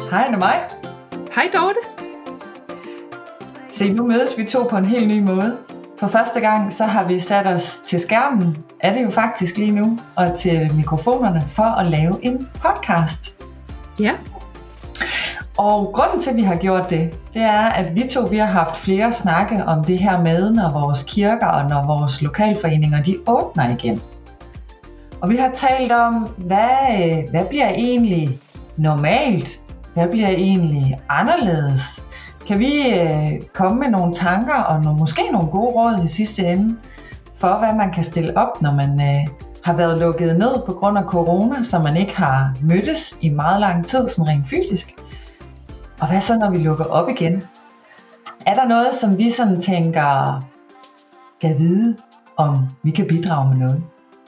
Hej, det er mig. Hej Dorte. Se, nu mødes vi to på en helt ny måde. For første gang, så har vi sat os til skærmen, er det jo faktisk lige nu, og til mikrofonerne for at lave en podcast. Ja. Og grunden til, at vi har gjort det, det er, at vi to vi har haft flere snakke om det her med, når vores kirker og når vores lokalforeninger, de åbner igen. Og vi har talt om, hvad bliver egentlig normalt? Hvad bliver egentlig anderledes? Kan vi komme med nogle tanker og måske nogle gode råd i sidste ende for, hvad man kan stille op, når man har været lukket ned på grund af corona, så man ikke har mødtes i meget lang tid, sådan rent fysisk? Og hvad så, når vi lukker op igen? Er der noget, som vi sådan tænker, kan vide, om vi kan bidrage med noget?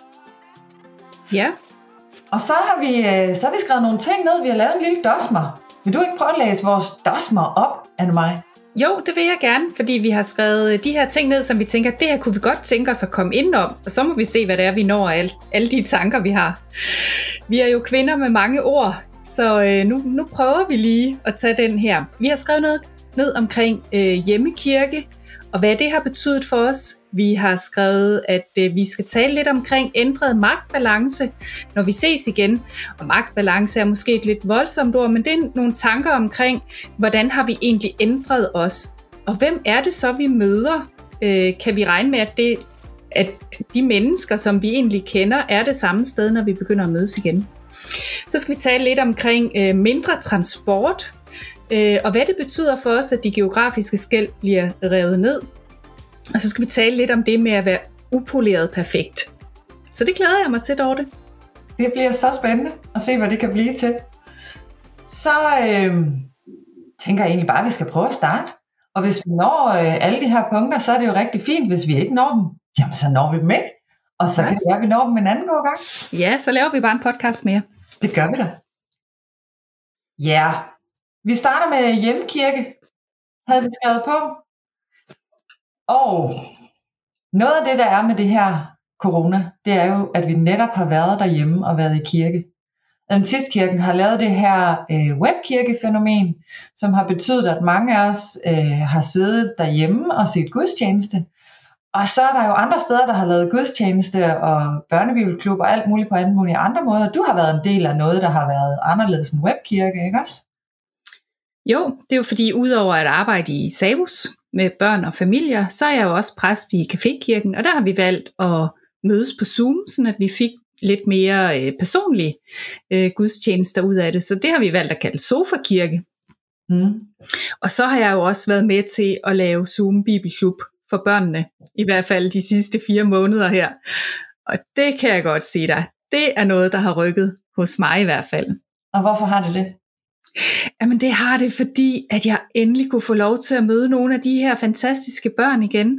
Ja. Og så har vi skrevet nogle ting ned. Vi har lavet en lille dosmer. Vil du ikke prøve at læse vores dosmer op, Anne-Maj? Jo, det vil jeg gerne, fordi vi har skrevet de her ting ned, som vi tænker, det her kunne vi godt tænke os at komme ind om, og så må vi se, hvad det er, vi når af alle de tanker, vi har. Vi er jo kvinder med mange ord, så nu prøver vi lige at tage den her. Vi har skrevet noget ned omkring hjemmekirke, og hvad det har betydet for os. Vi har skrevet, at vi skal tale lidt omkring ændret magtbalance, når vi ses igen. Og magtbalance er måske et lidt voldsomt ord, men det er nogle tanker omkring, hvordan har vi egentlig ændret os? Og hvem er det så, vi møder? Kan vi regne med, at de mennesker, som vi egentlig kender, er det samme sted, når vi begynder at mødes igen? Så skal vi tale lidt omkring mindre transport, og hvad det betyder for os, at de geografiske skel bliver revet ned. Og så skal vi tale lidt om det med at være upoleret perfekt. Så det glæder jeg mig til, Dorte. Det bliver så spændende at se, hvad det kan blive til. Så tænker jeg egentlig bare, at vi skal prøve at starte. Og hvis vi når alle de her punkter, så er det jo rigtig fint. Hvis vi ikke når dem, jamen så når vi dem ikke. Og så kan det være, at vi når dem en anden god gang. Ja, så laver vi bare en podcast mere. Det gør vi da. Ja, vi starter med hjemmekirke, havde vi skrevet på. Og noget af det, der er med det her corona, det er jo, at vi netop har været derhjemme og været i kirke. Adventistkirken har lavet det her webkirkefænomen, som har betydet, at mange af os har siddet derhjemme og set gudstjeneste. Og så er der jo andre steder, der har lavet gudstjeneste og børnebibelklub og alt muligt på alle mulige andre måder. Du har været en del af noget, der har været anderledes end webkirke, ikke også? Jo, det er jo fordi, udover at arbejde i Savus med børn og familier, så er jeg jo også præst i Cafékirken, og der har vi valgt at mødes på Zoom, så at vi fik lidt mere personlige gudstjenester ud af det. Så det har vi valgt at kalde sofakirke. Og så har jeg jo også været med til at lave Zoom Bibelklub for børnene, i hvert fald de sidste 4 måneder her. Og det kan jeg godt sige dig, det er noget, der har rykket hos mig i hvert fald. Og hvorfor har det det? Jamen det har det, fordi at jeg endelig kunne få lov til at møde nogle af de her fantastiske børn igen.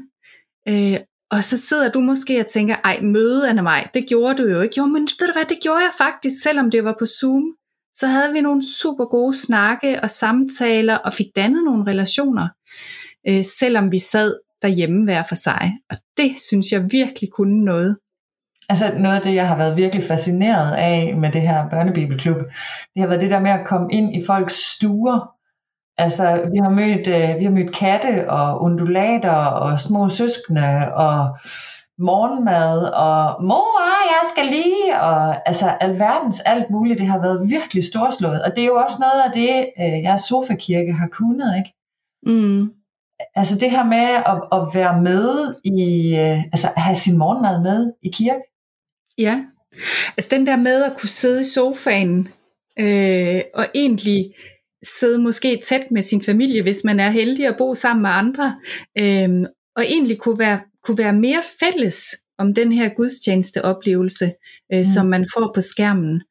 Og så sidder du måske og tænker, ej, møde Anne-Maj, det gjorde du jo ikke. Jo, men ved du hvad, det gjorde jeg faktisk, selvom det var på Zoom. Så havde vi nogle super gode snakke og samtaler og fik dannet nogle relationer, selvom vi sad derhjemme hver for sig. Og det synes jeg virkelig kunne noget. Altså noget af det, jeg har været virkelig fascineret af med det her børnebibelklub, det har været det der med at komme ind i folks stuer. Altså vi har mødt katte og undulater og små søskende og morgenmad og mor, jeg skal lige, og altså alverdens alt muligt. Det har været virkelig storslået, og det er jo også noget af det, jeres sofakirke har kunnet, ikke? Altså det her med at være med i, altså at have sin morgenmad med i kirke. Ja, altså den der med at kunne sidde i sofaen og egentlig sidde måske tæt med sin familie, hvis man er heldig at bo sammen med andre, og egentlig kunne være mere fælles om den her gudstjenesteoplevelse, som man får på skærmen.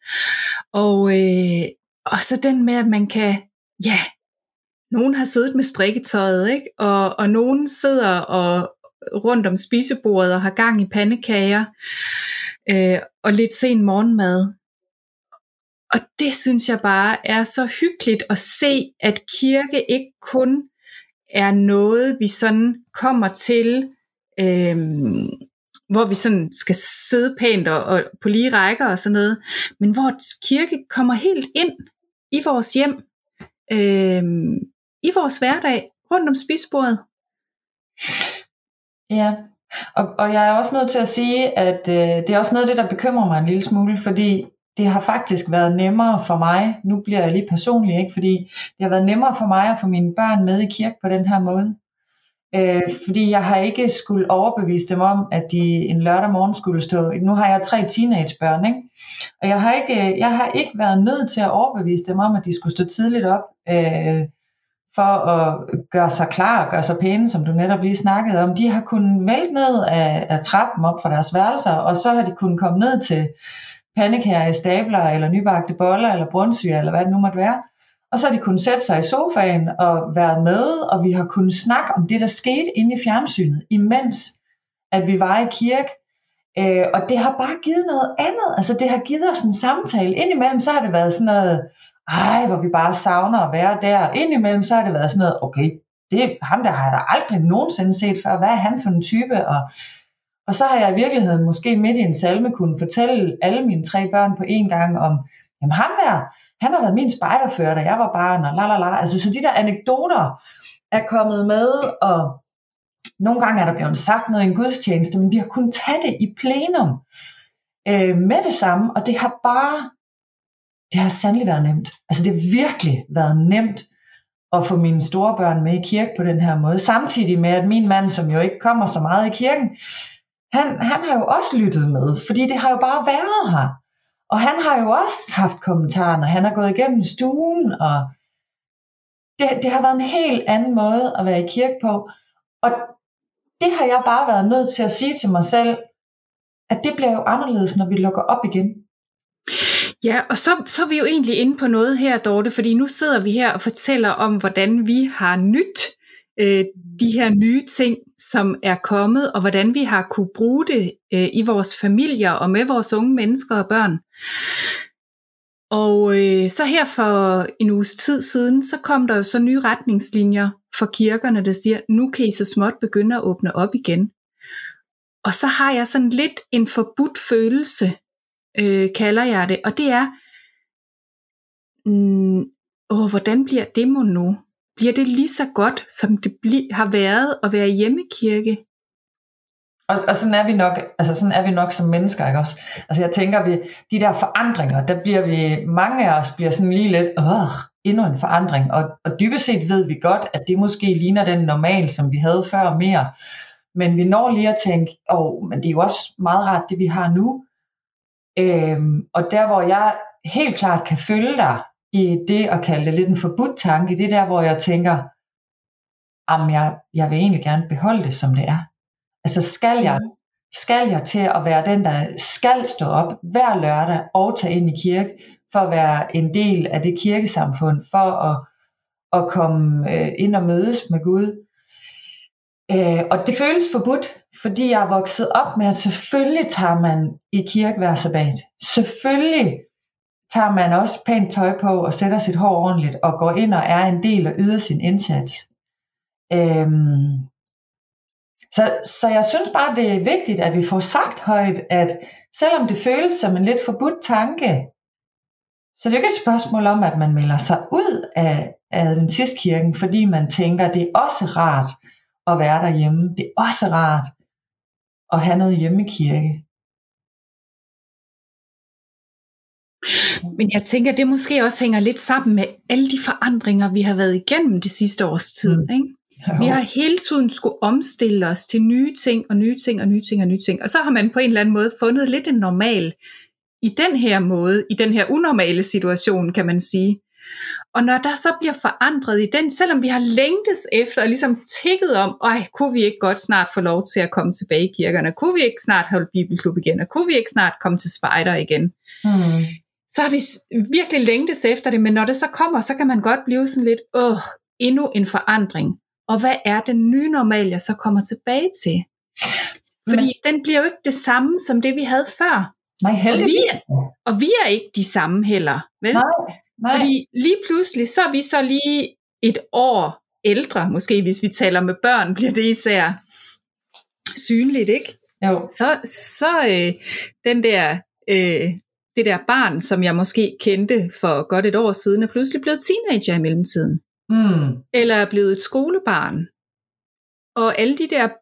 Og så den med, at man kan, ja, nogen har siddet med strikketøjet, ikke? Og nogen sidder og rundt om spisebordet og har gang i pandekager, og lidt sen morgenmad. Og det synes jeg bare er så hyggeligt at se, at kirke ikke kun er noget, vi sådan kommer til, hvor vi sådan skal sidde pænt og på lige rækker og sådan noget, men hvor kirke kommer helt ind i vores hjem. i vores hverdag rundt om spisebordet. Ja, og jeg er også nødt til at sige, at det er også noget af det, der bekymrer mig en lille smule, fordi det har faktisk været nemmere for mig, nu bliver jeg lige personlig, ikke, fordi det har været nemmere for mig at få mine børn med i kirke på den her måde. Fordi jeg har ikke skulle overbevise dem om, at de en lørdag morgen skulle stå. Nu har jeg 3 teenagebørn, ikke? Og jeg har ikke været nødt til at overbevise dem om, at de skulle stå tidligt op for at gøre sig klar og gøre sig pæne, som du netop lige snakkede om. De har kunnet vælte ned af trappen op fra deres værelser, og så har de kunnet komme ned til pandekager i stabler, eller nybagte boller, eller brunsviger, eller hvad det nu måtte være. Og så har de kunnet sætte sig i sofaen og være med, og vi har kunnet snakke om det, der skete inde i fjernsynet, imens at vi var i kirke. Og det har bare givet noget andet. Altså det har givet os en samtale. Indimellem så har det været sådan noget, hvor vi bare savner at være der. Indimellem så har det været sådan noget, okay, ham der har jeg da aldrig nogensinde set før. Hvad er han for en type? Og så har jeg i virkeligheden måske midt i en salme kunnet fortælle alle mine 3 børn på en gang om, jamen ham der, han har været min spejderfører, da jeg var barn, og lalala. Altså, så de der anekdoter er kommet med, og nogle gange er der blevet sagt noget i en gudstjeneste, men vi har kunnet tage det i plenum med det samme, og det har sandelig været nemt. Altså, det har virkelig været nemt at få mine store børn med i kirke på den her måde. Samtidig med, at min mand, som jo ikke kommer så meget i kirken, han har jo også lyttet med, fordi det har jo bare været her. Og han har jo også haft kommentarer, når han har gået igennem stuen, og det har været en helt anden måde at være i kirke på. Og det har jeg bare været nødt til at sige til mig selv, at det bliver jo anderledes, når vi lukker op igen. Ja, og så er vi jo egentlig inde på noget her, Dorte, fordi nu sidder vi her og fortæller om, hvordan vi har nyt de her nye ting, som er kommet, og hvordan vi har kunne bruge det i vores familier og med vores unge mennesker og børn. Og så her for en uges tid siden, så kom der jo så nye retningslinjer for kirkerne, der siger, nu kan I så småt begynde at åbne op igen. Og så har jeg sådan lidt en forbudt følelse, kalder jeg det, og det er, hvordan bliver det mon nu? Bliver det lige så godt, som det har været at være hjemmekirke? Og sådan er vi nok som mennesker, ikke også? Altså jeg tænker, de der forandringer, der bliver mange af os bliver sådan lige lidt, endnu en forandring. Og dybest set ved vi godt, at det måske ligner den normal, som vi havde før mere. Men vi når lige at tænke, men det er jo også meget rart, det vi har nu. Og der, hvor jeg helt klart kan følge dig i det at kalde det lidt en forbudt tanke, det er der, hvor jeg tænker, jeg vil egentlig gerne beholde det, som det er. Altså skal jeg til at være den, der skal stå op hver lørdag og tage ind i kirke, for at være en del af det kirkesamfund, for at komme ind og mødes med Gud. Og det føles forbudt, fordi jeg er vokset op med, at selvfølgelig tager man i kirke hver sabbat. Selvfølgelig tager man også pænt tøj på og sætter sit hår ordentligt og går ind og er en del og yder sin indsats. Så jeg synes bare, det er vigtigt, at vi får sagt højt, at selvom det føles som en lidt forbudt tanke, så det er jo ikke et spørgsmål om, at man melder sig ud af adventistkirken, fordi man tænker, det er også rart at være derhjemme. Det er også rart at have noget hjemmekirke. Men jeg tænker, det måske også hænger lidt sammen med alle de forandringer, vi har været igennem det sidste års tid. Ikke? Vi har hele tiden skulle omstille os til nye ting og nye ting og nye ting og nye ting. Og så har man på en eller anden måde fundet lidt en normal i den her måde, i den her unormale situation, kan man sige. Og når der så bliver forandret i den, selvom vi har længtes efter og ligesom tikket om, kunne vi ikke godt snart få lov til at komme tilbage i kirkerne? Kunne vi ikke snart holde bibelklub igen? Og kunne vi ikke snart komme til spejder igen? Så har vi virkelig længtes efter det, men når det så kommer, så kan man godt blive sådan lidt, endnu en forandring. Og hvad er den nye normal, jeg så kommer tilbage til? Fordi den bliver jo ikke det samme, som det vi havde før. Nej, heldigvis. Og vi er ikke de samme heller, vel? Nej. Fordi lige pludselig, så er vi så lige et år ældre, måske hvis vi taler med børn, bliver det især synligt, ikke? Jo. Så den der det der barn, som jeg måske kendte for godt et år siden, er pludselig blevet teenager i mellemtiden. Eller er blevet et skolebarn. Og alle de der,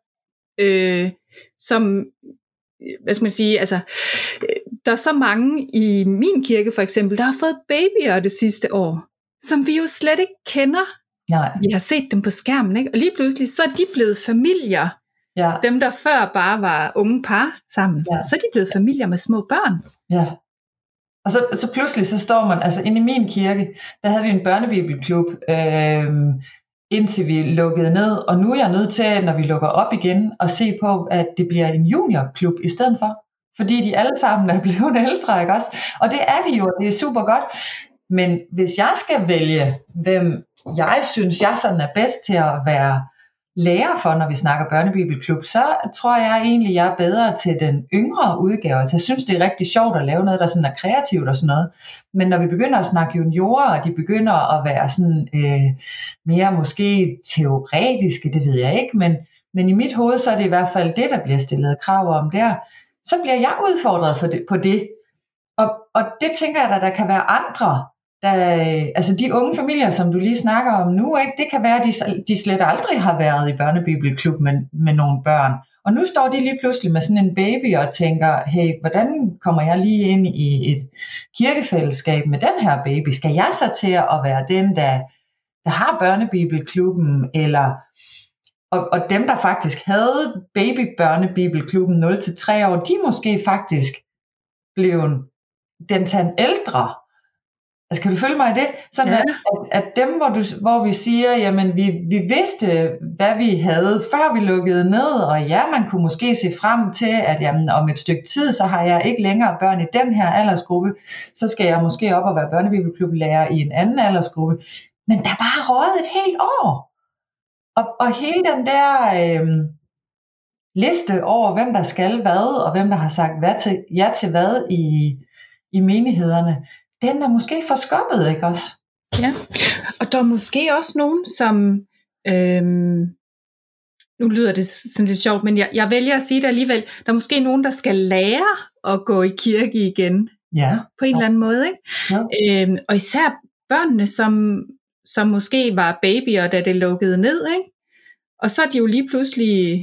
som, hvad skal man sige, altså, der er så mange i min kirke for eksempel, der har fået babyer det sidste år, som vi jo slet ikke kender. Nej. Vi har set dem på skærmen, ikke? Og lige pludselig, så er de blevet familier. Ja. Dem, der før bare var unge par sammen, så er de blevet familier med små børn. Ja. Og så pludselig så står man, altså inde i min kirke, der havde vi en børnebibelklub, indtil vi lukkede ned, og nu er jeg nødt til, når vi lukker op igen, at se på, at det bliver en juniorklub i stedet for, fordi de alle sammen er blevet ældre, ikke også? Og det er de jo, det er super godt, men hvis jeg skal vælge, hvem jeg synes, jeg sådan er bedst til at være lærer for, når vi snakker børnebibelklub, så tror jeg egentlig, jeg er bedre til den yngre udgave. Altså, jeg synes, det er rigtig sjovt at lave noget, der sådan er kreativt og sådan noget. Men når vi begynder at snakke juniorer, og de begynder at være sådan mere måske teoretiske, det ved jeg ikke, men i mit hoved, så er det i hvert fald det, der bliver stillet krav om der. Så bliver jeg udfordret på det. Og det tænker jeg, at der kan være andre, altså de unge familier, som du lige snakker om nu, ikke, det kan være, at de slet aldrig har været i børnebibelklub med nogle børn. Og nu står de lige pludselig med sådan en baby og tænker, hey, hvordan kommer jeg lige ind i et kirkefællesskab med den her baby? Skal jeg så til at være den, der har børnebibelklubben, eller og dem, der faktisk havde babybørnebibelklubben 0-3 år, de måske faktisk blev den til en ældre. Altså, kan du følge mig i det? Sådan at dem, hvor vi siger, jamen vi vidste, hvad vi havde, før vi lukkede ned, og ja, man kunne måske se frem til, at jamen, om et stykke tid, så har jeg ikke længere børn i den her aldersgruppe, så skal jeg måske op og være børnebibelklublærer i en anden aldersgruppe. Men der er bare røget et helt år. Og hele den der liste over, hvem der skal hvad, og hvem der har sagt ja til hvad i menighederne, den er måske forskubbet, ikke også? Ja, og der er måske også nogen, som, nu lyder det sådan lidt sjovt, men jeg vælger at sige det alligevel, der er måske nogen, der skal lære at gå i kirke igen, på en eller anden måde, ikke? Ja. Og især børnene, som måske var babyer, da det lukkede ned, ikke? Og så er de jo lige pludselig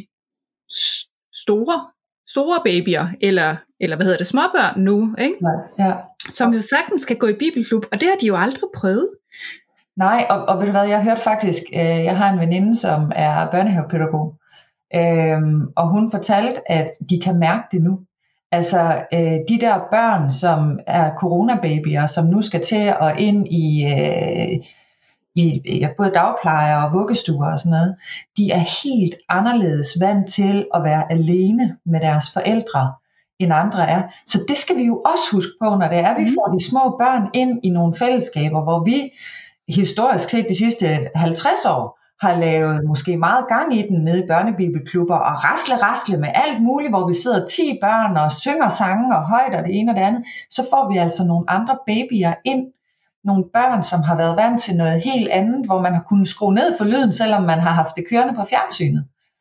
store babyer, eller hvad hedder det, småbørn nu, ikke? Ja. Som jo sagtens skal gå i bibelklub, og det har de jo aldrig prøvet. Nej, og ved du hvad, jeg hørte faktisk, jeg har en veninde, som er børnehavepædagog, og hun fortalte, at de kan mærke det nu. Altså de der børn, som er coronababyer, som nu skal til at ind i både dagplejer og vuggestuer og sådan noget, de er helt anderledes vant til at være alene med deres forældre, end andre er. Så det skal vi jo også huske på, når det er, vi får de små børn ind i nogle fællesskaber, hvor vi historisk set de sidste 50 år har lavet måske meget gang i den nede i børnebibelklubber og rasle med alt muligt, hvor vi sidder 10 børn og synger sange og højt og det ene og det andet, så får vi altså nogle andre babyer ind. Nogle børn, som har været vant til noget helt andet, hvor man har kunnet skrue ned for lyden, selvom man har haft det kørende på fjernsynet.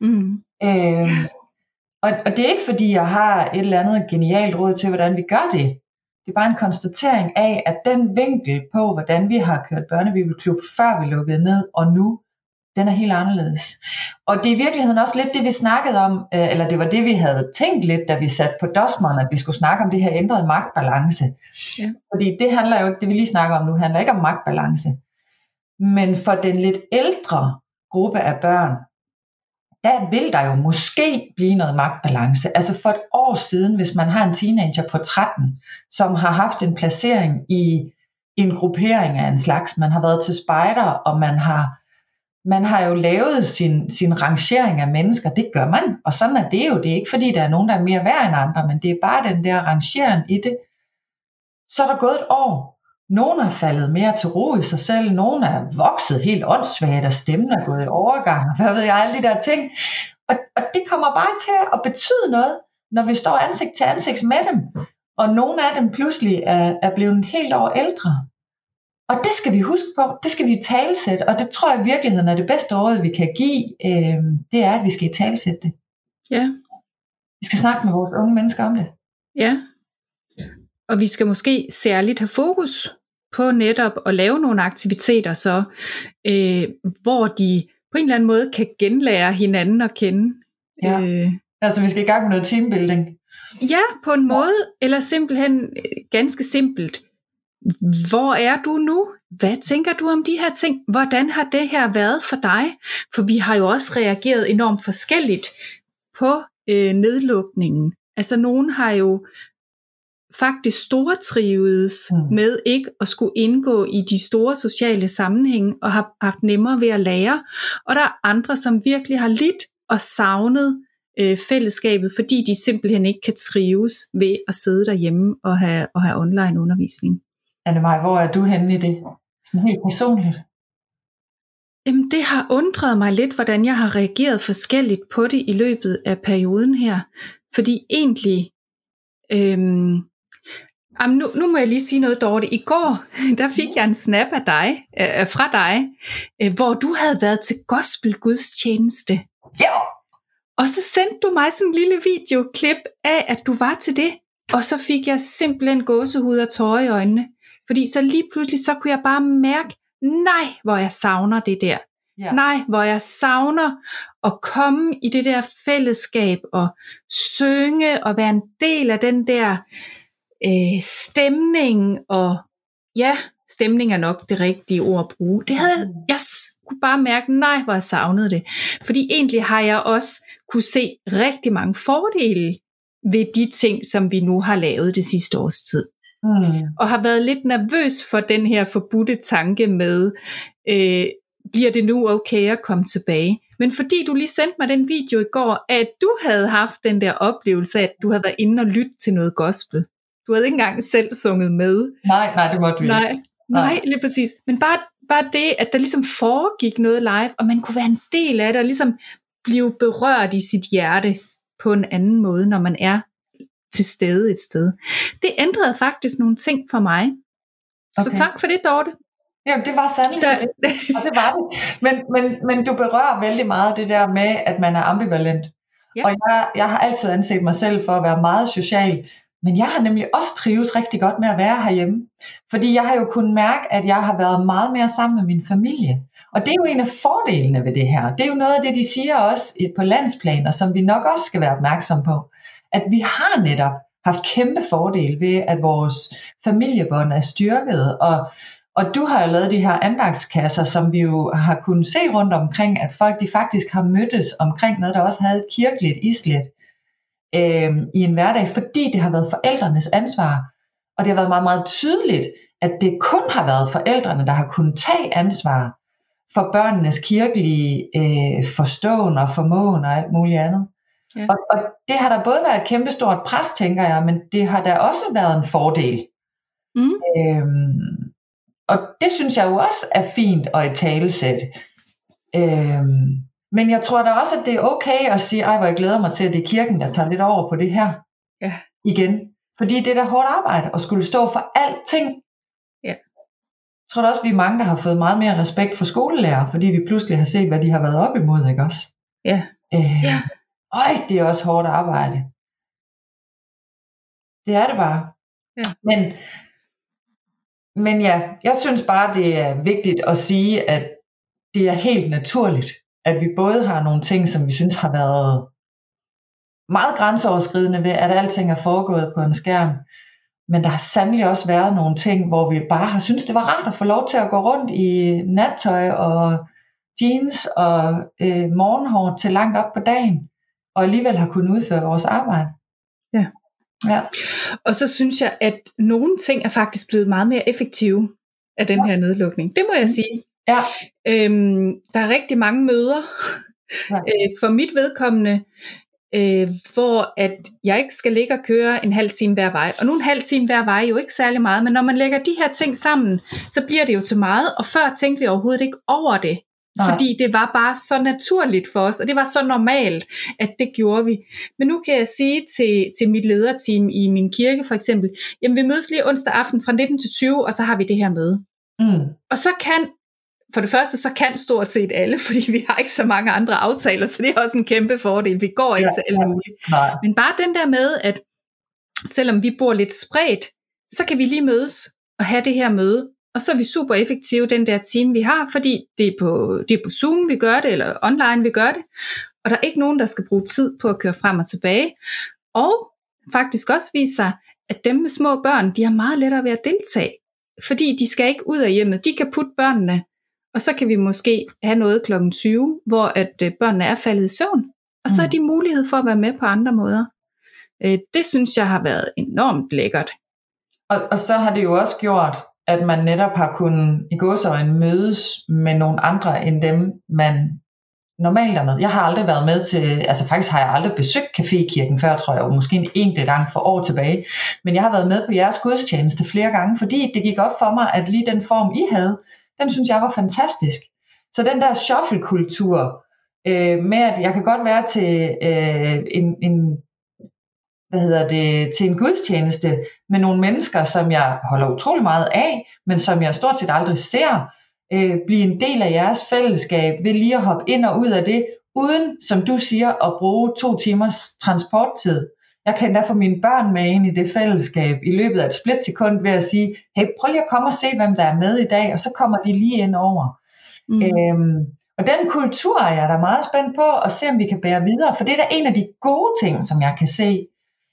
Og det er ikke fordi, jeg har et eller andet genialt råd til, hvordan vi gør det. Det er bare en konstatering af, at den vinkel på, hvordan vi har kørt børnebibelklub, før vi lukkede ned, og nu, den er helt anderledes. Og det er i virkeligheden også lidt det, vi snakkede om, eller det var det, vi havde tænkt lidt, da vi satte på dosmeren, at vi skulle snakke om det her ændrede magtbalance. Ja. Fordi det handler jo ikke, det vi lige snakker om nu, handler ikke om magtbalance. Men for den lidt ældre gruppe af børn, der vil der jo måske blive noget magtbalance. Altså for et år siden, hvis man har en teenager på 13, som har haft en placering i en gruppering af en slags, man har været til spejder, og man har jo lavet sin rangering af mennesker, det gør man, og sådan er det jo. Det er ikke fordi, der er nogen, der er mere værd end andre, men det er bare den der rangering i det. Så er der gået et år. Nogen er faldet mere til ro i sig selv, nogen er vokset helt åndssvagt, og stemmen er gået i overgang, og hvad ved jeg, alle de der ting. Og det kommer bare til at betyde noget, når vi står ansigt til ansigt med dem, og nogle af dem pludselig er blevet helt år ældre. Og det skal vi huske på, det skal vi talesætte, og det tror jeg i virkeligheden er det bedste råd, vi kan give, det er, at vi skal talesætte det. Ja. Vi skal snakke med vores unge mennesker om det. Ja. Og vi skal måske særligt have fokus på netop at lave nogle aktiviteter, så, hvor de på en eller anden måde kan genlære hinanden at kende. Ja. Altså vi skal i gang med noget teambuilding. Ja, på en måde, eller simpelthen ganske simpelt. Hvor er du nu? Hvad tænker du om de her ting? Hvordan har det her været for dig? For vi har jo også reageret enormt forskelligt på nedlukningen. Altså nogen har jo faktisk stortrivedes med ikke at skulle indgå i de store sociale sammenhænge og har haft nemmere ved at lære. Og der er andre, som virkelig har lidt og savnet fællesskabet, fordi de simpelthen ikke kan trives ved at sidde derhjemme og have online undervisning. Anne-Maj, hvor er du henne i det? Sådan helt personligt. Jamen, det har undret mig lidt, hvordan jeg har reageret forskelligt på det i løbet af perioden her. Fordi egentlig, nu må jeg lige sige noget, Dorte. I går, der fik jeg en snap af dig, fra dig, hvor du havde været til gospelgudstjeneste. Ja! Og så sendte du mig sådan en lille videoklip af, at du var til det. Og så fik jeg simpelthen gåsehud og tårer i øjnene. Fordi så lige pludselig, så kunne jeg bare mærke, nej, hvor jeg savner det der. Ja. Nej, hvor jeg savner at komme i det der fællesskab og synge og være en del af den der stemning. Og ja, stemning er nok det rigtige ord at bruge. Det havde jeg kunne bare mærke, nej, hvor jeg savnede det. Fordi egentlig har jeg også kunne se rigtig mange fordele ved de ting, som vi nu har lavet det sidste års tid. Og har været lidt nervøs for den her forbudte tanke med, bliver det nu okay at komme tilbage? Men fordi du lige sendte mig den video i går, at du havde haft den der oplevelse af, at du havde været inde og lytte til noget gospel. Du havde ikke engang selv sunget med. Nej, det måtte vi ikke. Nej, lige præcis. Men bare det, at der ligesom foregik noget live, og man kunne være en del af det, og ligesom blive berørt i sit hjerte på en anden måde, når man er til stede et sted. Det ændrede faktisk nogle ting for mig. Okay. Så tak for det, Dorte. Jamen, det var sandelig det. Og det var det. Men du berører vældig meget det der med, at man er ambivalent. Ja. Og jeg har altid anset mig selv for at være meget social, men jeg har nemlig også trives rigtig godt med at være herhjemme. Fordi jeg har jo kunnet mærke, at jeg har været meget mere sammen med min familie. Og det er jo en af fordelene ved det her. Det er jo noget af det, de siger også på landsplan, og som vi nok også skal være opmærksom på. At vi har netop haft kæmpe fordel ved, at vores familiebånd er styrket, og du har jo lavet de her andagtskasser, som vi jo har kunnet se rundt omkring, at folk de faktisk har mødtes omkring noget, der også havde et kirkeligt islet i en hverdag, fordi det har været forældrenes ansvar, og det har været meget, meget tydeligt, at det kun har været forældrene, der har kunnet tage ansvar for børnenes kirkelige forståen og formåen og alt muligt andet. Ja. Og det har der både været et kæmpestort pres, tænker jeg, men det har der også været en fordel. Og det synes jeg jo også er fint at italesætte. Men jeg tror da også, at det er okay at sige, hvor jeg glæder mig til, at det er kirken, der tager lidt over på det her igen. Fordi det er da hårdt arbejde at skulle stå for alting. Ja. Jeg tror da også, vi er mange, der har fået meget mere respekt for skolelærer, fordi vi pludselig har set, hvad de har været op imod, ikke også? Ja. Det er også hårdt arbejde. Det er det bare. Ja. Men ja, jeg synes bare, det er vigtigt at sige, at det er helt naturligt, at vi både har nogle ting, som vi synes har været meget grænseoverskridende ved, at alting er foregået på en skærm. Men der har sandelig også været nogle ting, hvor vi bare har synes det var rart at få lov til at gå rundt i nattøj og jeans og morgenhår til langt op på dagen, og alligevel har kunnet udføre vores arbejde. Ja. Og så synes jeg, at nogle ting er faktisk blevet meget mere effektive af den her nedlukning. Det må jeg sige. Ja. Der er rigtig mange møder for mit vedkommende, hvor at jeg ikke skal ligge og køre en halv time hver vej. Og nu en halv time hver vej er jo ikke særlig meget, men når man lægger de her ting sammen, så bliver det jo til meget, og før tænkte vi overhovedet ikke over det. Nej. Fordi det var bare så naturligt for os, og det var så normalt, at det gjorde vi. Men nu kan jeg sige til mit lederteam i min kirke for eksempel, jamen vi mødes lige onsdag aften fra 19 til 20, og så har vi det her møde. Og så for det første, så kan stort set alle, fordi vi har ikke så mange andre aftaler, så det er også en kæmpe fordel. Vi går ikke til alle muligt. Men bare den der med, at selvom vi bor lidt spredt, så kan vi lige mødes og have det her møde, og så er vi super effektive, den der time, vi har, fordi det er på Zoom, vi gør det, eller online, vi gør det, og der er ikke nogen, der skal bruge tid på at køre frem og tilbage, og faktisk også vise sig, at dem med små børn, de har meget lettere ved at deltage, fordi de skal ikke ud af hjemmet, de kan putte børnene, og så kan vi måske have noget klokken 20, hvor at børnene er faldet i søvn, og så er de mulighed for at være med på andre måder. Det synes jeg har været enormt lækkert. Og så har det jo også gjort, at man netop har kunnet i gåseøjne mødes med nogle andre end dem, man normalt er med. Jeg har aldrig været med til, altså faktisk har jeg aldrig besøgt Cafékirken før, tror jeg, måske en enkelt gang for år tilbage. Men jeg har været med på jeres gudstjeneste flere gange, fordi det gik op for mig, at lige den form, I havde, den synes jeg var fantastisk. Så den der shuffle-kultur, med at jeg kan godt være til til en gudstjeneste med nogle mennesker, som jeg holder utrolig meget af, men som jeg stort set aldrig ser, blive en del af jeres fællesskab ved lige at hoppe ind og ud af det, uden, som du siger, at bruge 2 timers transporttid. Jeg kan endda få mine børn med ind i det fællesskab i løbet af et splitsekund ved at sige, hey, prøv lige at komme og se, hvem der er med i dag, og så kommer de lige ind over. Og den kultur er jeg da meget spændt på at se, om vi kan bære videre, for det er da en af de gode ting, som jeg kan se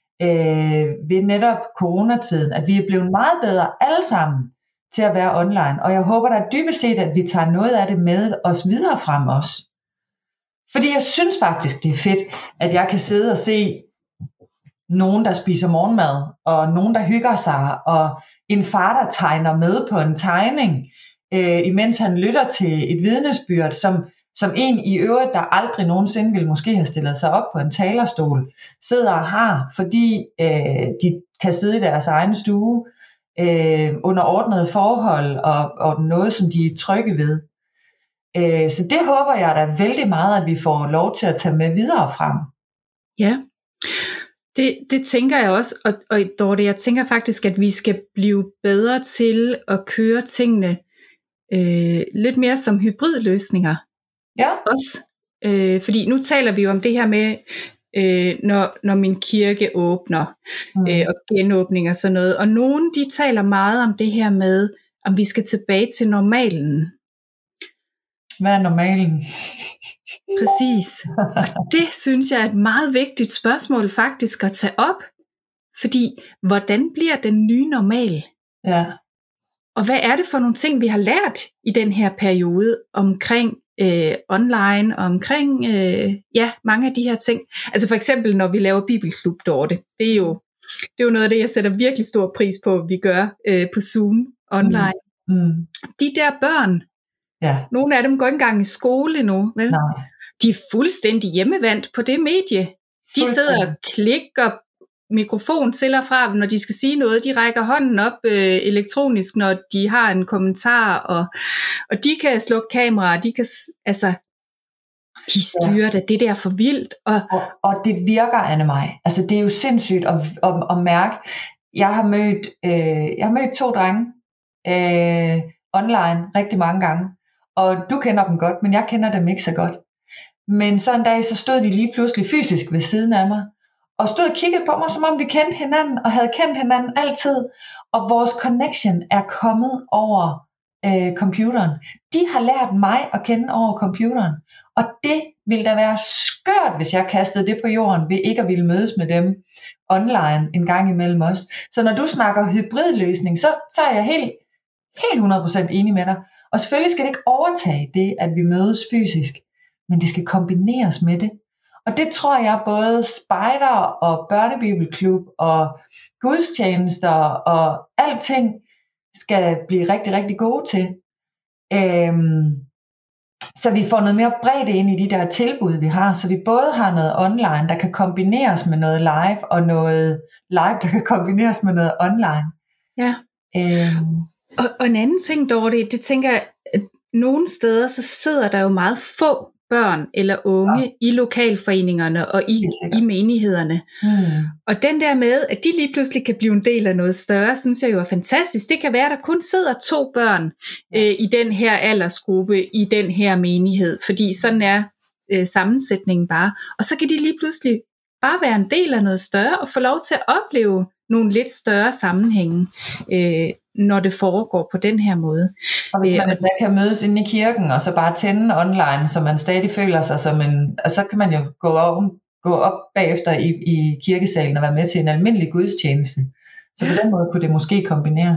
ved netop coronatiden, at vi er blevet meget bedre alle sammen til at være online, og jeg håber da dybest set, at vi tager noget af det med os videre frem også. Fordi jeg synes faktisk, det er fedt, at jeg kan sidde og se nogen, der spiser morgenmad, og nogen, der hygger sig, og en far, der tegner med på en tegning, imens han lytter til et vidnesbyrd, som en i øvrigt, der aldrig nogensinde ville måske have stillet sig op på en talerstol, sidder og har, fordi de kan sidde i deres egen stue, under ordnede forhold, og noget, som de er trygge ved. Så det håber jeg da vældig meget, at vi får lov til at tage med videre frem. Ja, det tænker jeg også, og Dorte, jeg tænker faktisk, at vi skal blive bedre til at køre tingene lidt mere som hybridløsninger. Ja. Også. Fordi nu taler vi jo om det her med, når min kirke åbner, og genåbning og sådan noget. Og nogen, de taler meget om det her med, om vi skal tilbage til normalen. Hvad er normalen? Præcis. Og det synes jeg er et meget vigtigt spørgsmål faktisk at tage op. Fordi, hvordan bliver den nye normal? Ja. Og hvad er det for nogle ting, vi har lært i den her periode omkring online, og omkring mange af de her ting. Altså for eksempel, når vi laver bibelklub, Dorte, det er jo noget af det, jeg sætter virkelig stor pris på, at vi gør på Zoom online. De der børn, nogle af dem går ikke engang i skole endnu, vel? Nej. De er fuldstændig hjemmevandt på det medie. De sidder og klikker mikrofon til og fra, når de skal sige noget. De rækker hånden op elektronisk, når de har en kommentar, og de kan slukke kameraer, de kan, altså, de styrer det. Det der for vildt. Og det virker, Anne-Maj. Altså, det er jo sindssygt at mærke. Jeg har mødt 2 drenge online rigtig mange gange, og du kender dem godt, men jeg kender dem ikke så godt. Men så en dag, så stod de lige pludselig fysisk ved siden af mig, og stod og kiggede på mig, som om vi kendte hinanden, og havde kendt hinanden altid. Og vores connection er kommet over computeren. De har lært mig at kende over computeren. Og det ville da være skørt, hvis jeg kastede det på jorden, ved ikke at ville mødes med dem online en gang imellem os. Så når du snakker hybridløsning, så er jeg helt 100% enig med dig. Og selvfølgelig skal det ikke overtage det, at vi mødes fysisk, men det skal kombineres med det. Og det tror jeg både spejder og børnebibelklub og gudstjenester og alting skal blive rigtig, rigtig gode til. Så vi får noget mere bredde ind i de der tilbud, vi har. Så vi både har noget online, der kan kombineres med noget live, og noget live, der kan kombineres med noget online. Ja. Og en anden ting, Dorte, det tænker jeg, at nogle steder, så sidder der jo meget få børn eller unge i lokalforeningerne og i menighederne. Og den der med, at de lige pludselig kan blive en del af noget større, synes jeg jo er fantastisk. Det kan være, at der kun sidder 2 børn i den her aldersgruppe, i den her menighed, fordi sådan er sammensætningen bare. Og så kan de lige pludselig bare være en del af noget større, og få lov til at opleve nogle lidt større sammenhænge, når det foregår på den her måde. Og hvis man kan mødes inde i kirken, og så bare tænde online, så man stadig føler sig som og så kan man jo gå op bagefter i kirkesalen og være med til en almindelig gudstjeneste. Så på den måde kunne det måske kombineres.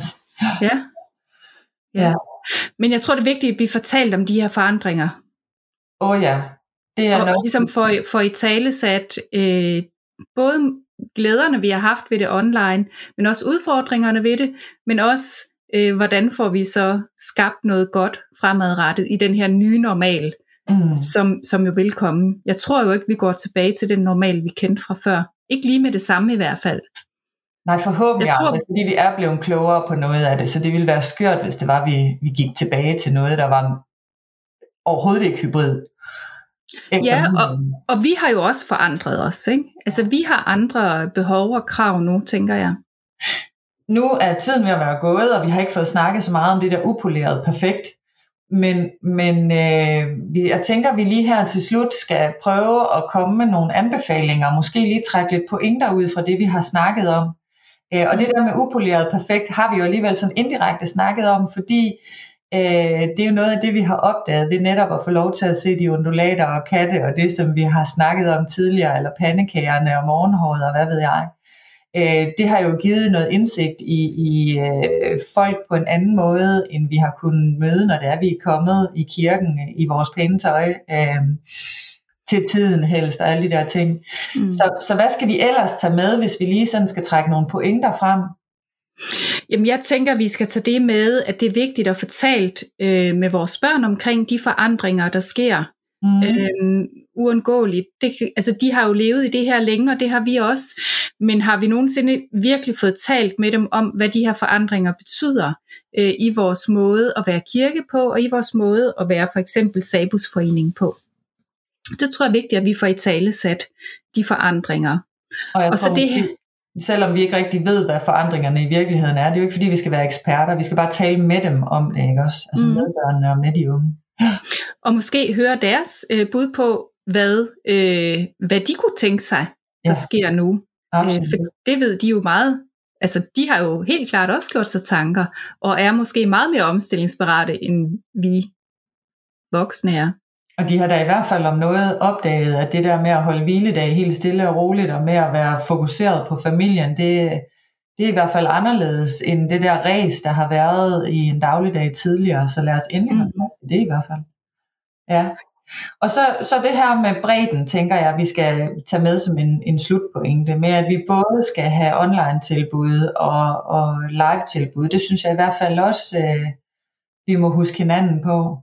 Ja. Men jeg tror, det er vigtigt, at vi får talt om de her forandringer. Ja. Det er og ligesom får i tale sat både glæderne, vi har haft ved det online, men også udfordringerne ved det, men også hvordan får vi så skabt noget godt fremadrettet i den her nye normal, som jo vil komme. Jeg tror jo ikke, vi går tilbage til den normal, vi kendte fra før. Ikke lige med det samme i hvert fald. Nej, forhåbentlig aldrig, fordi vi er blevet klogere på noget af det, så det ville være skørt, hvis det var, vi gik tilbage til noget, der var overhovedet ikke hybrid. Og vi har jo også forandret os, ikke? Altså vi har andre behov og krav nu, tænker jeg. Nu er tiden ved at være gået, og vi har ikke fået snakket så meget om det der upolerede perfekt. Men jeg tænker, at vi lige her til slut skal prøve at komme med nogle anbefalinger, måske lige trække lidt pointer ud fra det, vi har snakket om. Og det der med upoleret perfekt har vi jo alligevel sådan indirekte snakket om, fordi det er jo noget af det, vi har opdaget ved netop at få lov til at se de undulater og katte, og det, som vi har snakket om tidligere, eller pandekagerne og morgenhåret og hvad ved jeg. Det har jo givet noget indsigt i folk på en anden måde, end vi har kunnet møde, når det er, vi er kommet i kirken i vores pæne tøj, til tiden helst, og alle de der ting. Så hvad skal vi ellers tage med, hvis vi lige sådan skal trække nogle pointer frem? Jamen jeg tænker, at vi skal tage det med, at det er vigtigt at få talt med vores børn omkring de forandringer, der sker. Uundgåeligt. De har jo levet i det her længe, og det har vi også. Men har vi nogensinde virkelig fået talt med dem om, hvad de her forandringer betyder i vores måde at være kirke på, og i vores måde at være for eksempel Sabusforening på? Det tror jeg er vigtigt, at vi får i tale sat de forandringer. Og så det, selvom vi ikke rigtig ved, hvad forandringerne i virkeligheden er, det er jo ikke fordi, vi skal være eksperter, vi skal bare tale med dem om det, ikke også? Altså med børnene og med de unge. Og måske høre deres bud på, hvad de kunne tænke sig, der sker nu. For det ved de jo meget. Altså, de har jo helt klart også gjort sig tanker, og er måske meget mere omstillingsparate, end vi voksne er. Og de har da i hvert fald om noget opdaget, at det der med at holde hviledag helt stille og roligt, og med at være fokuseret på familien, det er i hvert fald anderledes end det der ræs, der har været i en dagligdag tidligere. Så lad os endelig holde fast i det i hvert fald. Ja. Og så det her med bredden, tænker jeg, vi skal tage med som en slutpointe, med at vi både skal have online-tilbud og live-tilbud. Det synes jeg i hvert fald også, vi må huske hinanden på.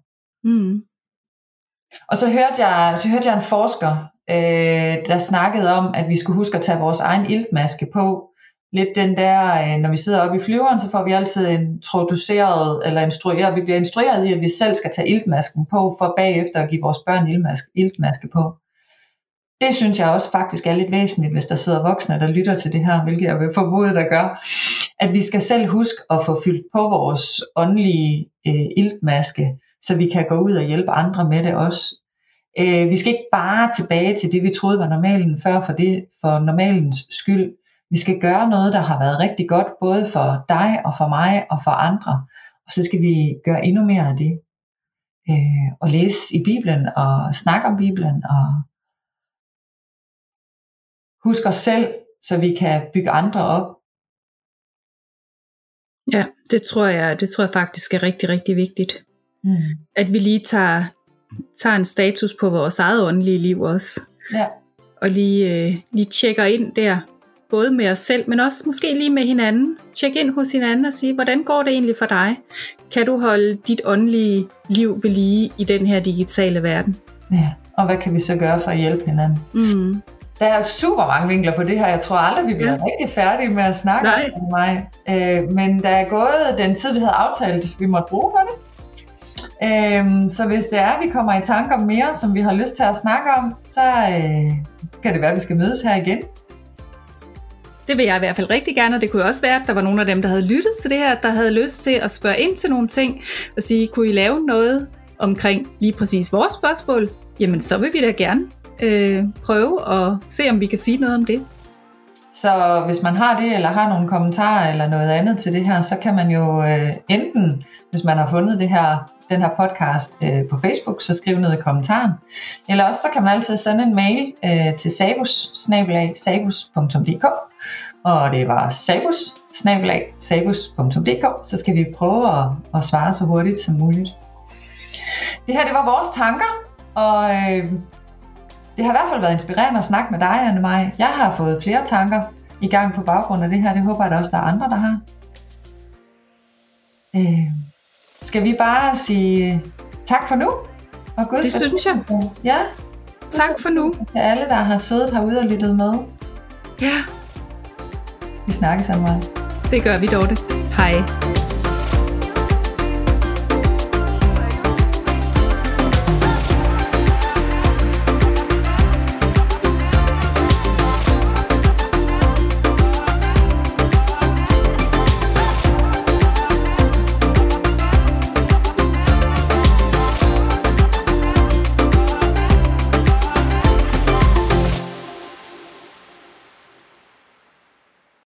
Og så hørte jeg en forsker, der snakkede om, at vi skulle huske at tage vores egen iltmaske på. Lidt den der, når vi sidder oppe i flyveren, så får vi altid introduceret eller instrueret. Vi bliver instrueret i, at vi selv skal tage iltmasken på, for bagefter at give vores børn iltmaske på. Det synes jeg også faktisk er lidt væsentligt, hvis der sidder voksne, der lytter til det her, hvilket jeg vil formode, der gør. At vi skal selv huske at få fyldt på vores åndelige iltmaske, så vi kan gå ud og hjælpe andre med det også. Vi skal ikke bare tilbage til det, vi troede var normalen før, for normalens skyld. Vi skal gøre noget, der har været rigtig godt, både for dig og for mig og for andre. Og så skal vi gøre endnu mere af det. Og læse i Bibelen og snakke om Bibelen og huske os selv, så vi kan bygge andre op. Ja, det tror jeg faktisk er rigtig, rigtig vigtigt. At vi lige tager en status på vores eget åndelige liv også. Ja. Og lige tjekker ind der. Både med os selv, men også måske lige med hinanden. Tjek ind hos hinanden og sige, hvordan går det egentlig for dig? Kan du holde dit åndelige liv ved lige i den her digitale verden? Ja, og hvad kan vi så gøre for at hjælpe hinanden? Der er super mange vinkler på det her. Jeg tror aldrig, vi bliver rigtig færdige med at snakke om mig. Men der er gået den tid, vi havde aftalt, vi måtte bruge på det. Så hvis det er, vi kommer i tanke om mere, som vi har lyst til at snakke om, så kan det være, at vi skal mødes her igen. Det vil jeg i hvert fald rigtig gerne, og det kunne også være, at der var nogle af dem, der havde lyttet til det her, der havde lyst til at spørge ind til nogle ting, og sige, kunne I lave noget omkring lige præcis vores spørgsmål? Jamen, så vil vi da gerne prøve at se, om vi kan sige noget om det. Så hvis man har det, eller har nogle kommentarer eller noget andet til det her, så kan man jo enten, hvis man har fundet den her podcast på Facebook, så skriv ned i kommentaren. Eller også så kan man altid sende en mail til sabus@sabus.dk. Og det var sabus@sabus.dk. Så skal vi prøve at svare så hurtigt som muligt. Det her, det var vores tanker, og det har i hvert fald været inspirerende at snakke med dig, Anne-Maj. Jeg har fået flere tanker i gang på baggrund af det her. Det håber jeg da også, der er andre, der har. Skal vi bare sige tak for nu? Og det synes jeg. Ja. Tak for nu. Til alle, der har siddet herude og lyttet med. Ja. Vi snakkes, Anne-Maj. Det gør vi, Dorte. Hej.